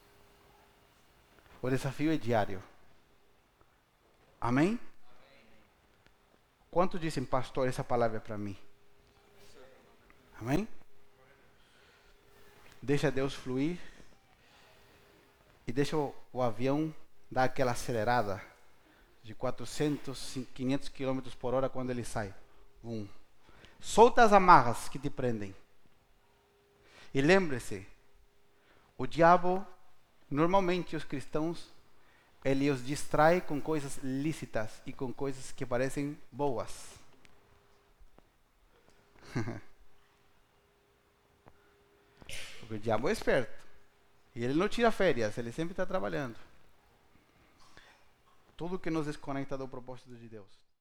O desafio é diário. Amém? Quantos dizem, pastor, essa palavra é para mim? Amém? Deixa Deus fluir. E deixa o, o avião dar aquela acelerada de quatrocentos, quinhentos quilômetros por hora quando ele sai. Um. Solta as amarras que te prendem. E lembre-se, o diabo, normalmente os cristãos, ele os distrai com coisas lícitas e com coisas que parecem boas. Porque o diabo é esperto. E ele não tira férias, ele sempre está trabalhando. Tudo que nos desconecta do propósito de Deus.